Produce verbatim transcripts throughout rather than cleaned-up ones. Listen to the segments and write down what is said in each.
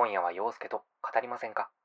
今夜は陽介と語りませんか？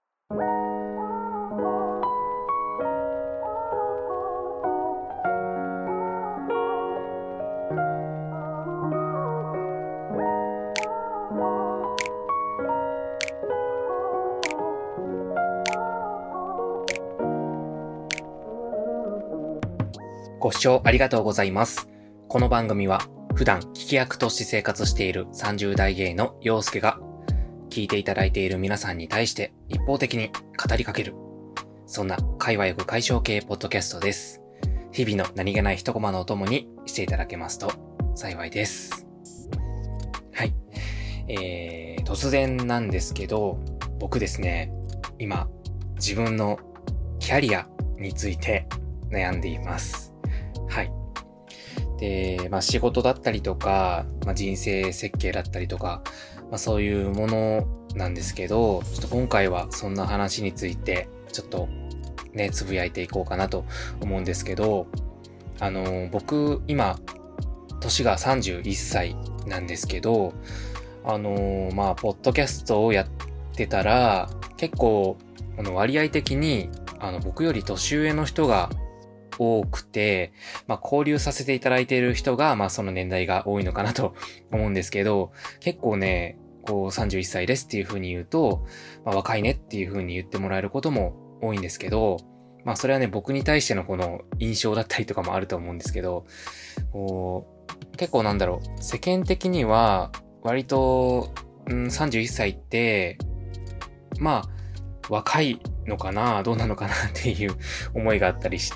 ご視聴ありがとうございます。この番組は普段聞き役として生活しているさんじゅう代ゲイの陽介が聞いていただいている皆さんに対して一方的に語りかける、そんな会話欲解消系ポッドキャストです。日々の何気ない一コマのお供にしていただけますと幸いです。はい、えー、突然なんですけど、僕ですね、今自分のキャリアについて悩んでいます。はい。で、まあ仕事だったりとか、まあ、人生設計だったりとか、まあそういうものなんですけど、ちょっと今回はそんな話についてちょっとね、つぶやいていこうかなと思うんですけど、あの、僕今年がさんじゅういっさいなんですけど、あの、まあポッドキャストをやってたら結構あの割合的にあの僕より年上の人が多くて、まあ交流させていただいている人が、まあその年代が多いのかなと思うんですけど、結構ね、こうさんじゅういっさいですっていう風に言うと、まあ若いねっていう風に言ってもらえることも多いんですけど、まあそれはね、僕に対してのこの印象だったりとかもあると思うんですけど、こう、結構なんだろう、世間的には割と、うん、さんじゅういっさいって、まあ、若いのかなどうなのかなっていう思いがあったりして、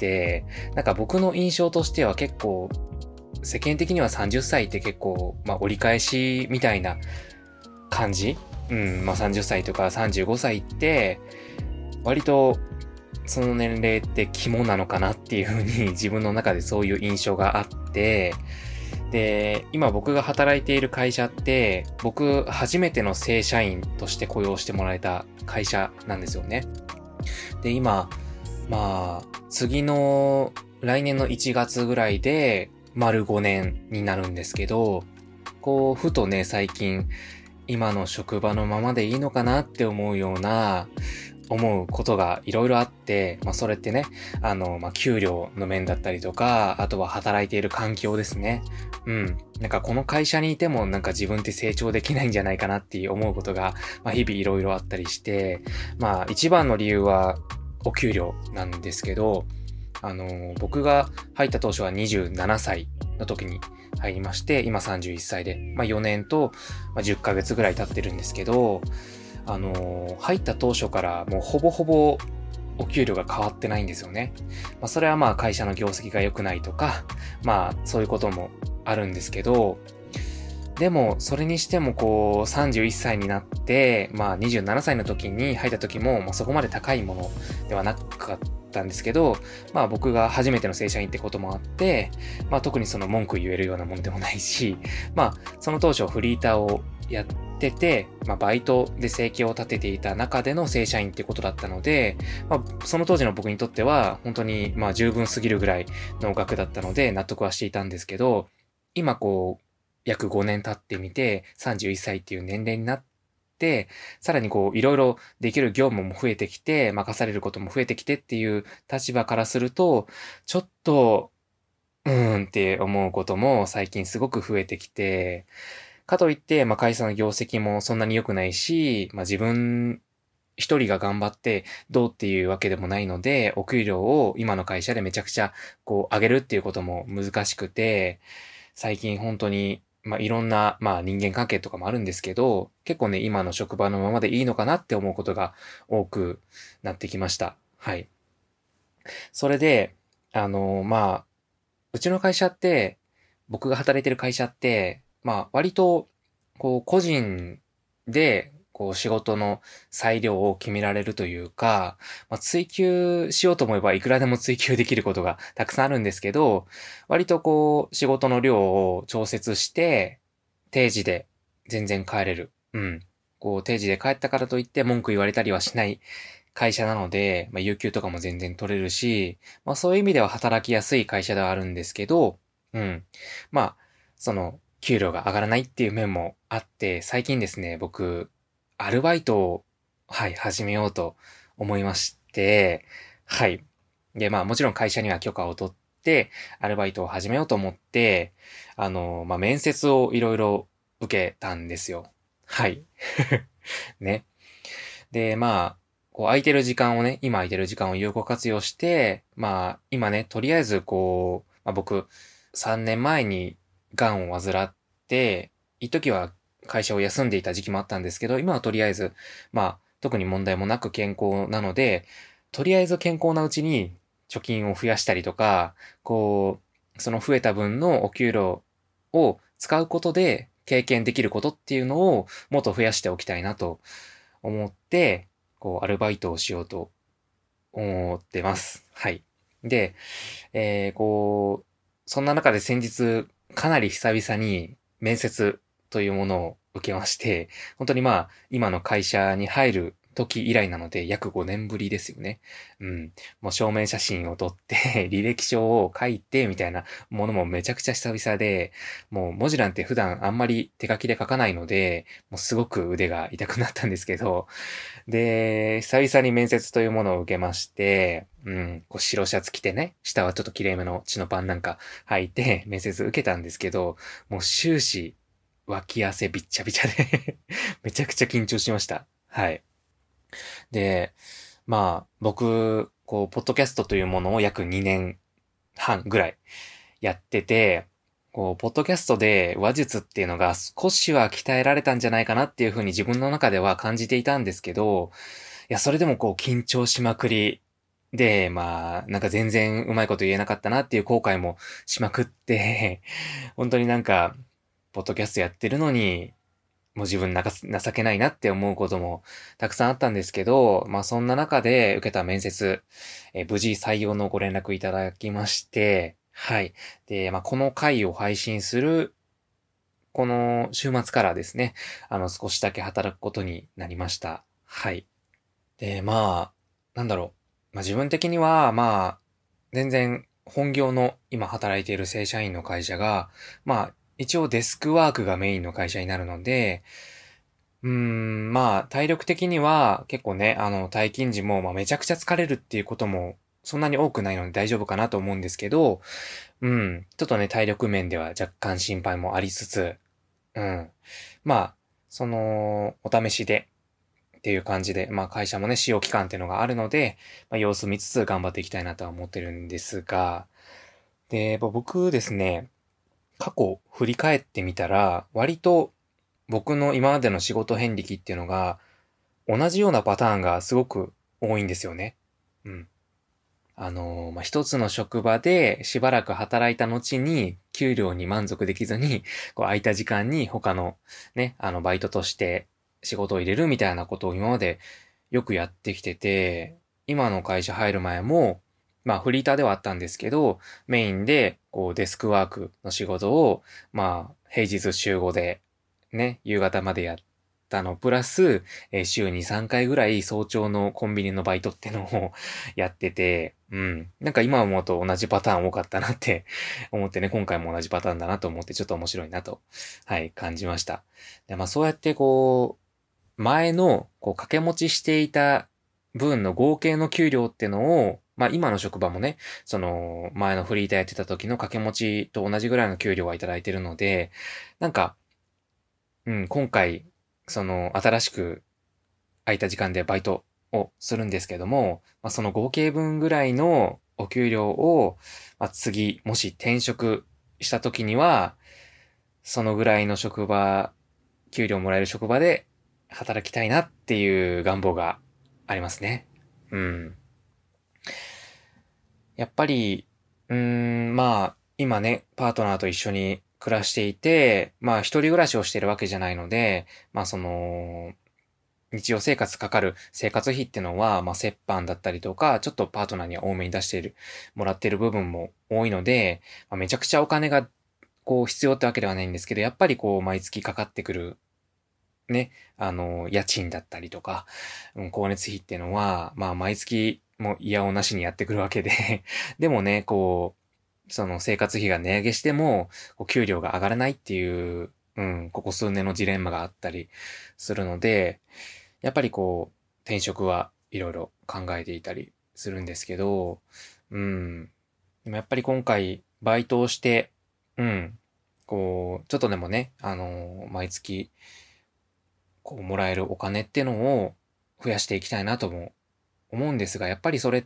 なんか僕の印象としては結構世間的にはさんじゅっさいって結構まあ折り返しみたいな感じ。うん、まあさんじゅっさいとかさんじゅうごさいって割とその年齢って肝なのかなっていう風に自分の中でそういう印象があって、で、今僕が働いている会社って、僕初めての正社員として雇用してもらえた会社なんですよね。で、今、まあ、次の来年のいちがつぐらいで丸ごねんになるんですけど、こう、ふとね、最近、今の職場のままでいいのかなって思うような、思うことがいろいろあって、まあそれってね、あの、まあ給料の面だったりとか、あとは働いている環境ですね。うん。なんかこの会社にいてもなんか自分って成長できないんじゃないかなって思うことが、まあ日々いろいろあったりして、まあ一番の理由はお給料なんですけど、あの、僕が入った当初はにじゅうななさいの時に入りまして、今さんじゅういっさいで、まあよねんとじゅっかげつぐらい経ってるんですけど、あのー、入った当初からもうほぼほぼお給料が変わってないんですよね。まあそれはまあ会社の業績が良くないとか、まあそういうこともあるんですけど、でもそれにしてもこうさんじゅういっさいになって、まあにじゅうななさいの時に入った時も、まあ、そこまで高いものではなかったんですけど、まあ僕が初めての正社員ってこともあって、まあ特にその文句言えるようなもんでもないし、まあその当初フリーターをやってて、まあ、バイトで生計を立てていた中での正社員ってことだったので、まあ、その当時の僕にとっては本当にまあ十分すぎるぐらいの額だったので納得はしていたんですけど、今こう約ごねん経ってみてさんじゅういっさいっていう年齢になって、さらにこういろいろできる業務も増えてきて、任されることも増えてきてっていう立場からすると、ちょっとうーんって思うことも最近すごく増えてきて、かといって、まあ、会社の業績もそんなに良くないし、まあ、自分一人が頑張ってどうっていうわけでもないので、お給料を今の会社でめちゃくちゃこう上げるっていうことも難しくて、最近本当に、まあ、いろんな、まあ、人間関係とかもあるんですけど、結構ね、今の職場のままでいいのかなって思うことが多くなってきました。はい。それで、あの、まあ、うちの会社って、僕が働いてる会社って、まあ、割と、こう、個人で、こう、仕事の裁量を決められるというか、まあ、追求しようと思えばいくらでも追求できることがたくさんあるんですけど、割とこう、仕事の量を調節して、定時で全然帰れる。うん。こう、定時で帰ったからといって文句言われたりはしない会社なので、まあ、有給とかも全然取れるし、まあ、そういう意味では働きやすい会社ではあるんですけど、うん。まあ、その、給料が上がらないっていう面もあって、最近ですね、僕、 アルバイトを、はい、始めようと思いまして、はい。で、まあもちろん会社には許可を取って、アルバイトを始めようと思って、あの、まあ面接をいろいろ受けたんですよ。はい。ね。で、まあ、こう空いてる時間をね、今空いてる時間を有効活用して、まあ、今ね、とりあえずこう、まあ、僕、さんねんまえに癌を患って、一時は会社を休んでいた時期もあったんですけど、今はとりあえず、まあ、特に問題もなく健康なので、とりあえず健康なうちに貯金を増やしたりとか、こう、その増えた分のお給料を使うことで経験できることっていうのをもっと増やしておきたいなと思って、こう、アルバイトをしようと思ってます。はい。で、えー、こう、そんな中で先日、かなり久々に面接というものを受けまして、本当にまあ、今の会社に入る時以来なので、約ごねんぶりですよね。うん。もう証明写真を撮って履歴書を書いて、みたいなものもめちゃくちゃ久々で、もう文字なんて普段あんまり手書きで書かないので、もうすごく腕が痛くなったんですけど、で、久々に面接というものを受けまして、うん、こう白シャツ着てね、下はちょっと綺麗めの血のパンなんか履いて面接受けたんですけど、もう終始脇汗びっちゃびちゃでめちゃくちゃ緊張しました。はい。で、まあ、僕、こう、ポッドキャストというものを約にねんはんぐらいやってて、こう、ポッドキャストで話術っていうのが少しは鍛えられたんじゃないかなっていうふうに自分の中では感じていたんですけど、いや、それでもこう、緊張しまくりで、まあ、なんか全然うまいこと言えなかったなっていう後悔もしまくって本当になんか、ポッドキャストやってるのに、もう自分なか情けないなって思うこともたくさんあったんですけど、まあそんな中で受けた面接、えー無事採用のご連絡いただきまして、はい。で、まあこの回を配信する、この週末からですね、あの少しだけ働くことになりました。はい。で、まあ、なんだろう。まあ自分的には、まあ、全然本業の今働いている正社員の会社が、まあ一応デスクワークがメインの会社になるので、うーん、まあ、体力的には結構ね、あの、退勤時も、まあ、めちゃくちゃ疲れるっていうことも、そんなに多くないので大丈夫かなと思うんですけど、うん、ちょっとね、体力面では若干心配もありつつ、うん。まあ、その、お試しでっていう感じで、まあ、会社もね、使用期間っていうのがあるので、まあ、様子見つつ頑張っていきたいなとは思ってるんですが、で、僕ですね、過去振り返ってみたら、割と僕の今までの仕事遍歴っていうのが、同じようなパターンがすごく多いんですよね。うん。あのーまあ、一つの職場でしばらく働いた後に、給料に満足できずに、こう空いた時間に他のね、あの、バイトとして仕事を入れるみたいなことを今までよくやってきてて、今の会社入る前も、まあ、フリーターではあったんですけど、メインで、こう、デスクワークの仕事を、まあ、平日週ごで、ね、夕方までやったの、プラス、えー週にさんかいぐらい早朝のコンビニのバイトってのをやってて、うん。なんか今思うと同じパターン多かったなって思ってね、今回も同じパターンだなと思ってちょっと面白いなと、はい、感じました。で、まあそうやってこう、前の、こう、掛け持ちしていた分の合計の給料ってのを、まあ今の職場もね、その、前のフリーターやってた時の掛け持ちと同じぐらいの給料はいただいてるので、なんか、うん、今回、その、新しく空いた時間でバイトをするんですけども、まあ、その合計分ぐらいのお給料を、まあ、次、もし転職した時には、そのぐらいの職場、給料もらえる職場で働きたいなっていう願望がありますね。うん。やっぱり、うーん、まあ、今ね、パートナーと一緒に暮らしていて、まあ、一人暮らしをしてるわけじゃないので、まあ、その、日常生活かかる生活費ってのは、まあ、折半だったりとか、ちょっとパートナーには多めに出している、もらっている部分も多いので、まあ、めちゃくちゃお金が、こう、必要ってわけではないんですけど、やっぱりこう、毎月かかってくる、ね、あの、家賃だったりとか、うん、光熱費っていうのは、まあ、毎月、もう嫌おなしにやってくるわけででもね、こう、その生活費が値上げしても、こう給料が上がらないっていううん、ここ数年のジレンマがあったりするので、やっぱりこう、転職はいろいろ考えていたりするんですけど、うん。でもやっぱり今回、バイトをして、うん、こう、ちょっとでもね、あのー毎月、こう、もらえるお金っていうのを増やしていきたいなとも思うんですが、やっぱりそれって、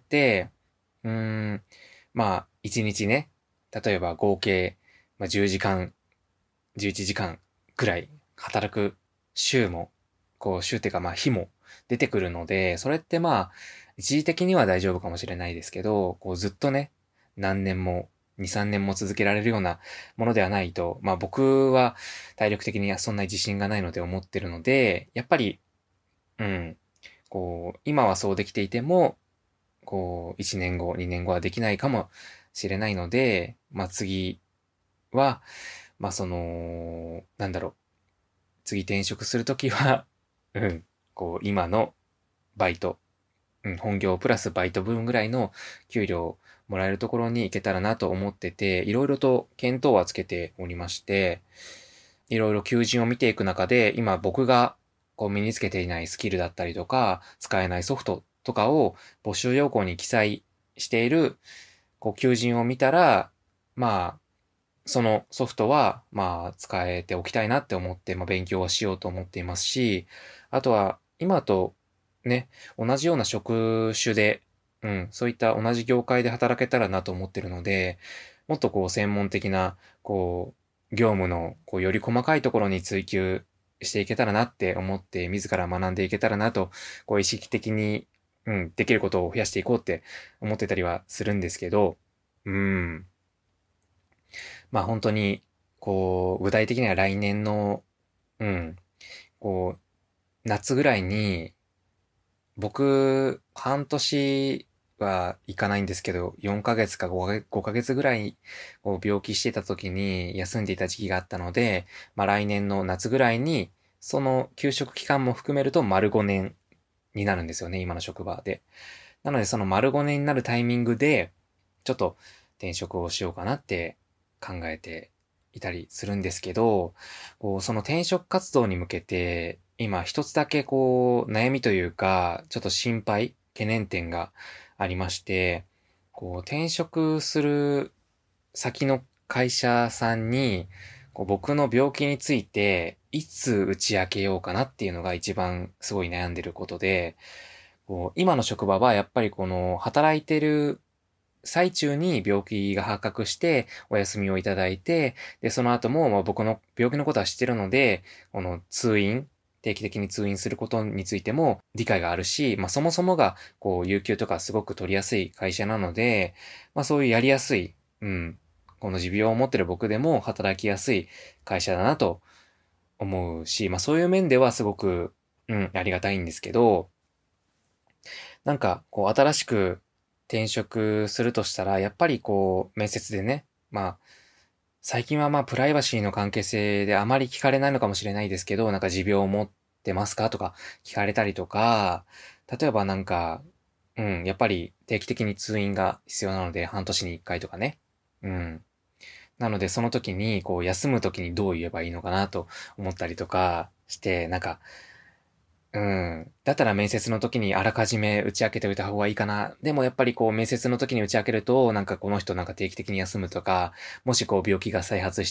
うーん、まあ、いちにちね、例えば合計、まあ、じゅうじかん、じゅういちじかんくらい働く週も、こう、週っていうかまあ日も出てくるので、それってまあ、一時的には大丈夫かもしれないですけど、こうずっとね、何年も、に、さんねんも続けられるようなものではないと、まあ僕は体力的にそんなに自信がないので思ってるので、やっぱり、うん、こう、今はそうできていても、こう、いちねんご、にねんごはできないかもしれないので、まあ次は、まあその、なんだろう、次転職するときは、うん、こう、今のバイト、うん、本業プラスバイト分ぐらいの給料もらえるところに行けたらなと思ってて、いろいろと検討はつけておりまして、いろいろ求人を見ていく中で、今僕がこう身につけていないスキルだったりとか、使えないソフトとかを募集要項に記載しているこう求人を見たら、まあ、そのソフトは、まあ、使えておきたいなって思って、まあ、勉強はしようと思っていますし、あとは、今とね、同じような職種で、うん、そういった同じ業界で働けたらなと思ってるので、もっとこう、専門的な、こう、業務の、こう、より細かいところに追求していけたらなって思って、自ら学んでいけたらなと、こう、意識的に、うん、できることを増やしていこうって思ってたりはするんですけど、うん。まあ本当に、こう、具体的には来年の、うん、こう、夏ぐらいに、僕、半年はいかないんですけど、よんかげつかごかげつ、ごかげつぐらい、こう病気してた時に休んでいた時期があったので、まあ来年の夏ぐらいに、その休職期間も含めると丸ごねんになるんですよね、今の職場で。なのでその丸ごねんになるタイミングで、ちょっと転職をしようかなって考えていたりするんですけど、こうその転職活動に向けて、今一つだけこう悩みというか、ちょっと心配、懸念点がありまして、こう転職する先の会社さんに、こう僕の病気について、いつ打ち明けようかなっていうのが一番すごい悩んでることで、こう今の職場はやっぱりこの働いてる最中に病気が発覚してお休みをいただいて、で、その後も、まあ、僕の病気のことは知ってるので、この通院、定期的に通院することについても理解があるし、まあ、そもそもが、こう、有給とかすごく取りやすい会社なので、まあ、そういうやりやすい、うん、この持病を持ってる僕でも働きやすい会社だなと思うし、まあ、そういう面ではすごく、うん、ありがたいんですけど、なんか、こう、新しく転職するとしたら、やっぱりこう、面接でね、まあ、最近はまあ、プライバシーの関係性であまり聞かれないのかもしれないですけど、なんか持病を持ってますかとか聞かれたりとか、例えばなんか、うん、やっぱり定期的に通院が必要なので、半年に一回とかね。うん。なので、その時に、こう、休む時にどう言えばいいのかなと思ったりとかして、なんか、うん。だったら面接の時にあらかじめ打ち明けておいた方がいいかな。でもやっぱりこう面接の時に打ち明けると、なんかこの人なんか定期的に休むとか、もしこう病気が再発して、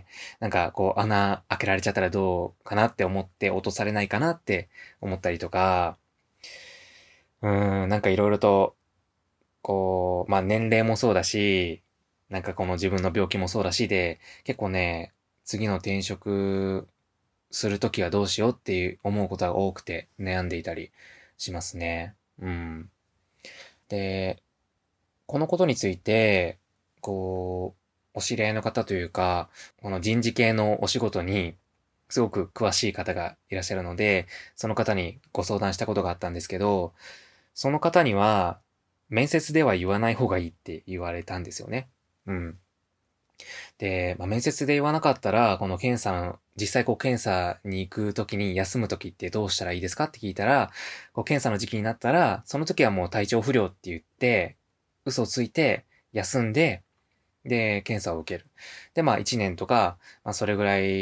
なんかこう穴開けられちゃったらどうかなって思って落とされないかなって思ったりとか、うん、なんかいろいろと、こう、まあ年齢もそうだし、なんかこの自分の病気もそうだしで、結構ね、次の転職するときはどうしようっていう思うことが多くて悩んでいたりしますね。うん。で、このことについて、こう、お知り合いの方というか、この人事系のお仕事にすごく詳しい方がいらっしゃるので、その方にご相談したことがあったんですけど、その方には、面接では言わない方がいいって言われたんですよね。うん。で、まあ、面接で言わなかったら、この検査の、実際こう検査に行くときに休むときってどうしたらいいですかって聞いたら、こう検査の時期になったら、その時はもう体調不良って言って、嘘をついて休んで、で、検査を受ける。で、まあいちねんとか、まあそれぐらい、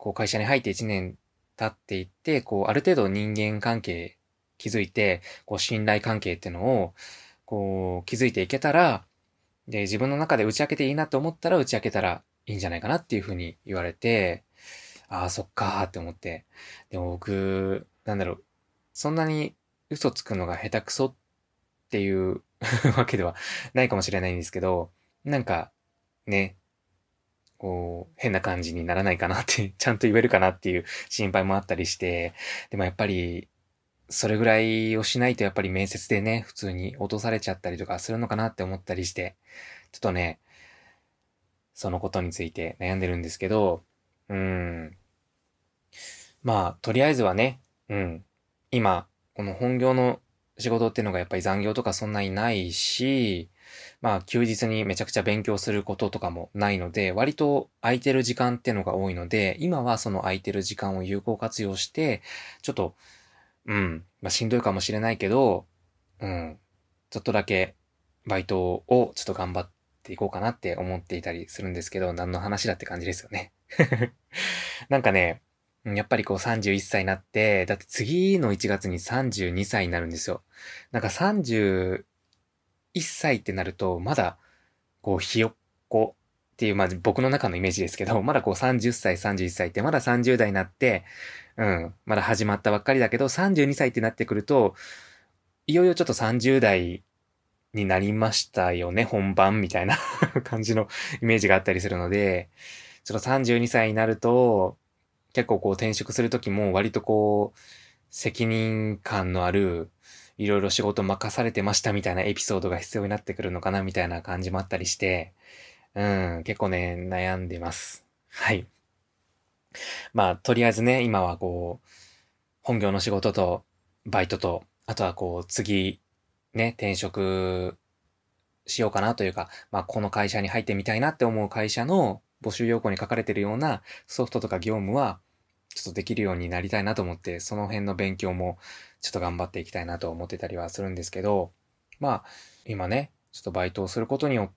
こう会社に入っていちねん経っていって、こうある程度人間関係築いて、こう信頼関係っていうのを、こう築いていけたら、で、自分の中で打ち明けていいなと思ったら打ち明けたらいいんじゃないかなっていうふうに言われて、ああ、そっかーって思って。でも僕、なんだろう、そんなに嘘つくのが下手くそっていうわけではないかもしれないんですけど、なんか、ね、こう、変な感じにならないかなってちゃんと言えるかなっていう心配もあったりして、でもやっぱり、それぐらいをしないとやっぱり面接でね、普通に落とされちゃったりとかするのかなって思ったりして、ちょっとね、そのことについて悩んでるんですけど、うーん、まあ、とりあえずはね、うん、今、この本業の仕事っていうのがやっぱり残業とかそんなにないし、まあ、休日にめちゃくちゃ勉強することとかもないので、割と空いてる時間っていうのが多いので、今はその空いてる時間を有効活用して、ちょっと、うん、まあしんどいかもしれないけど、うん、ちょっとだけバイトをちょっと頑張っていこうかなって思っていたりするんですけど、何の話だって感じですよね。なんかね、やっぱりこうさんじゅういっさいになって、だって次のいちがつにさんじゅうにさいになるんですよ。なんかさんじゅういっさいってなると、まだこうひよっこっていう、まあ僕の中のイメージですけど、まだこうさんじゅっさい、さんじゅういっさいってまださんじゅう代になって、うん、まだ始まったばっかりだけど、さんじゅうにさいってなってくると、いよいよちょっとさんじゅう代になりましたよね、本番みたいな感じのイメージがあったりするので、ちょっとさんじゅうにさいになると、結構こう転職するときも割とこう、責任感のある、いろいろ仕事任されてましたみたいなエピソードが必要になってくるのかなみたいな感じもあったりして、うん、結構ね、悩んでます。はい。まあ、とりあえずね、今はこう、本業の仕事と、バイトと、あとはこう、次、ね、転職しようかなというか、まあ、この会社に入ってみたいなって思う会社の募集要項に書かれてるようなソフトとか業務は、ちょっとできるようになりたいなと思って、その辺の勉強もちょっと頑張っていきたいなと思ってたりはするんですけど、まあ、今ね、ちょっとバイトをすることによって、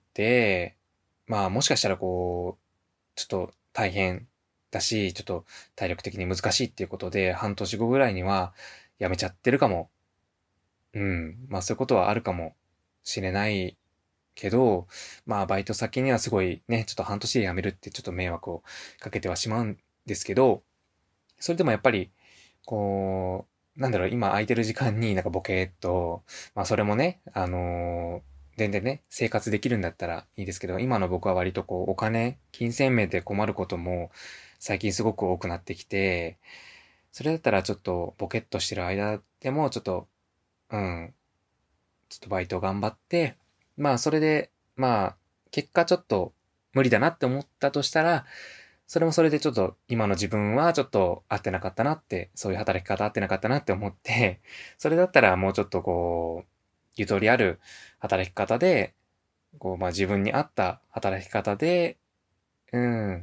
まあ、もしかしたらこう、ちょっと大変だし、ちょっと体力的に難しいっていうことで、半年後ぐらいには辞めちゃってるかも。うん。まあそういうことはあるかもしれないけど、まあバイト先にはすごいね、ちょっと半年で辞めるってちょっと迷惑をかけてはしまうんですけど、それでもやっぱり、こう、なんだろう、今空いてる時間になんかボケーっと、まあそれもね、あのー全然ね、生活できるんだったらいいですけど、今の僕は割とこう、お金、金銭面で困ることも最近すごく多くなってきて、それだったらちょっとボケっとしてる間でもちょっと、うん、ちょっとバイト頑張って、まあそれで、まあ、結果ちょっと無理だなって思ったとしたら、それもそれでちょっと今の自分はちょっと合ってなかったなって、そういう働き方合ってなかったなって思って、それだったらもうちょっとこう、ゆとりある働き方で、こう、まあ自分に合った働き方で、うん、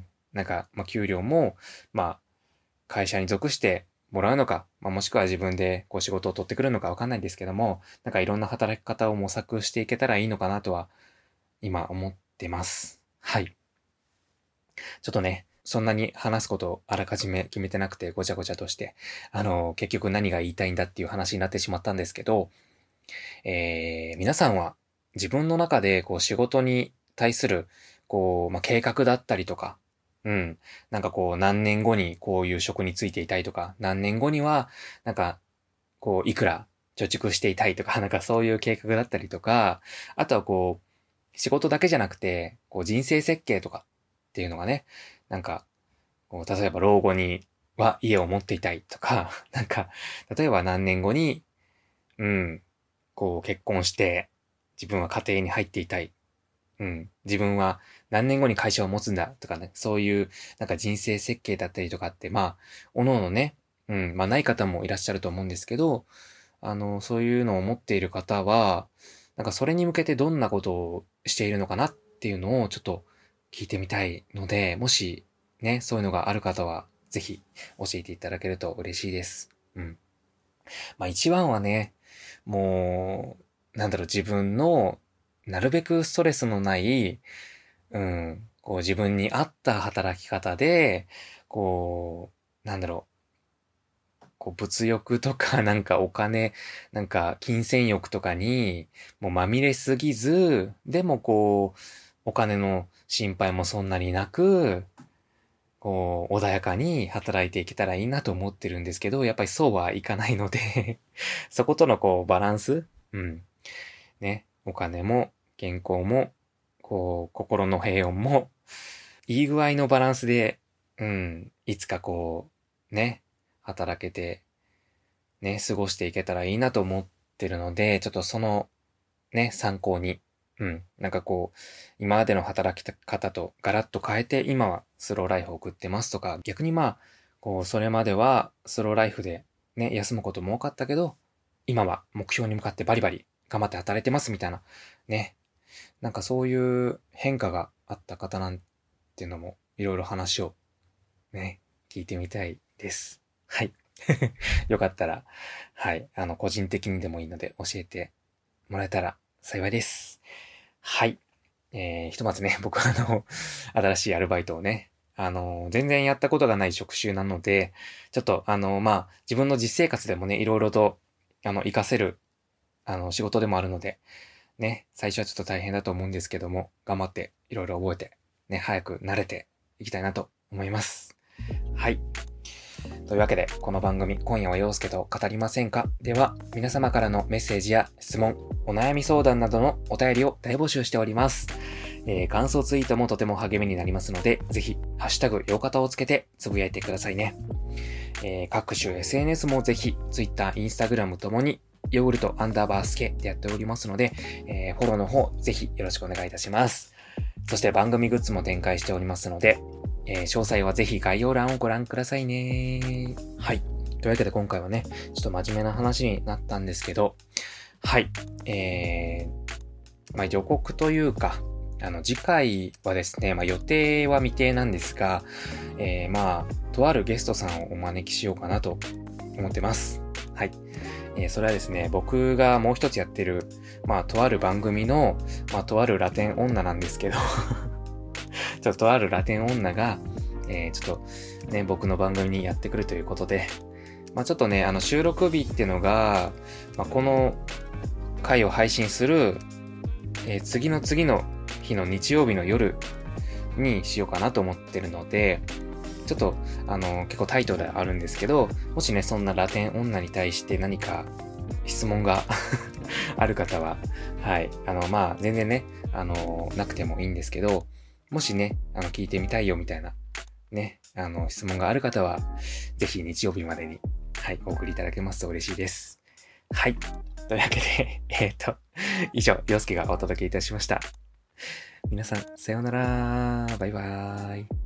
なんか、まあ給料も、まあ会社に属してもらうのか、まあ、もしくは自分でこう仕事を取ってくるのかわかんないんですけども、なんかいろんな働き方を模索していけたらいいのかなとは今思ってます。はい。ちょっとね、そんなに話すことをあらかじめ決めてなくてごちゃごちゃとして、あの、結局何が言いたいんだっていう話になってしまったんですけど、えー、皆さんは自分の中でこう仕事に対するこう、まあ、計画だったりとか、うん、なんかこう何年後にこういう職についていたいとか、何年後にはなんかこういくら貯蓄していたいとか、なんかそういう計画だったりとか、あとはこう仕事だけじゃなくて、こう人生設計とかっていうのがね、なんかこう例えば老後には家を持っていたいとか、なんか例えば何年後に、うん、こう結婚して、自分は家庭に入っていたい。うん。自分は何年後に会社を持つんだとかね、そういうなんか人生設計だったりとかって、まあ、おのおのね、うん、まあない方もいらっしゃると思うんですけど、あの、そういうのを持っている方は、なんかそれに向けてどんなことをしているのかなっていうのをちょっと聞いてみたいので、もしね、そういうのがある方は、ぜひ教えていただけると嬉しいです。うん。まあ一番はね、もう、なんだろう、自分の、なるべくストレスのない、うん、こう自分に合った働き方で、 こう、なんだろう、こう物欲とかなんかお金、なんか金銭欲とかにもうまみれすぎず、でもこう、お金の心配もそんなになく、こう、穏やかに働いていけたらいいなと思ってるんですけど、やっぱりそうはいかないのでそことのこう、バランス、うん。ね、お金も、健康も、こう、心の平穏も、いい具合のバランスで、うん、いつかこう、ね、働けて、ね、過ごしていけたらいいなと思ってるので、ちょっとその、ね、参考に、うん、なんかこう、今までの働き方とガラッと変えて、今はスローライフを送ってますとか、逆にまあ、こう、それまではスローライフでね、休むことも多かったけど、今は目標に向かってバリバリ頑張って働いてますみたいな、ね。なんかそういう変化があった方なんていうのも、いろいろ話をね、聞いてみたいです。はい。よかったら、はい、あの、個人的にでもいいので教えてもらえたら幸いです。はい。えー、ひとまずね、僕はあの、新しいアルバイトをね、あの、全然やったことがない職種なので、ちょっとあの、まあ、自分の実生活でもね、いろいろと、あの、活かせる、あの、仕事でもあるので、ね、最初はちょっと大変だと思うんですけども、頑張っていろいろ覚えて、ね、早く慣れていきたいなと思います。はい。というわけで、この番組、今夜は陽介と語りませんかでは、皆様からのメッセージや質問、お悩み相談などのお便りを大募集しております。えー、感想ツイートもとても励みになりますので、ぜひ、ハッシュタグ、ようかたをつけてつぶやいてくださいね。えー、各種 エスエヌエス もぜひ、Twitter、Instagram ともに、ヨーグルトアンダーバースケでやっておりますので、えー、フォローの方、ぜひよろしくお願いいたします。そして番組グッズも展開しておりますので、えー、詳細はぜひ概要欄をご覧くださいね。はい。というわけで今回はね、ちょっと真面目な話になったんですけど、はい。えー、まあ予告というか、あの、次回はですね、まあ予定は未定なんですが、えー、まあ、とあるゲストさんをお招きしようかなと思ってます。はい。えー、それはですね、僕がもう一つやってる、まあ、とある番組の、まあ、とあるラテン女なんですけど、ちょっととあるラテン女が、えー、ちょっとね、僕の番組にやってくるということで、まあ、ちょっとね、あの、収録日っていうのが、まあ、この回を配信する、えー、次の次の日の日曜日の夜にしようかなと思ってるので、ちょっと、あの、結構タイトルあるんですけど、もしね、そんなラテン女に対して何か質問がある方は、はい、あの、まあ、全然ね、あの、なくてもいいんですけど、もしね、あの、聞いてみたいよみたいな、ね、あの、質問がある方は、ぜひ日曜日までに、はい、お送りいただけますと嬉しいです。はい。というわけで、えっと、以上、陽介がお届けいたしました。皆さん、さようなら。バイバーイ。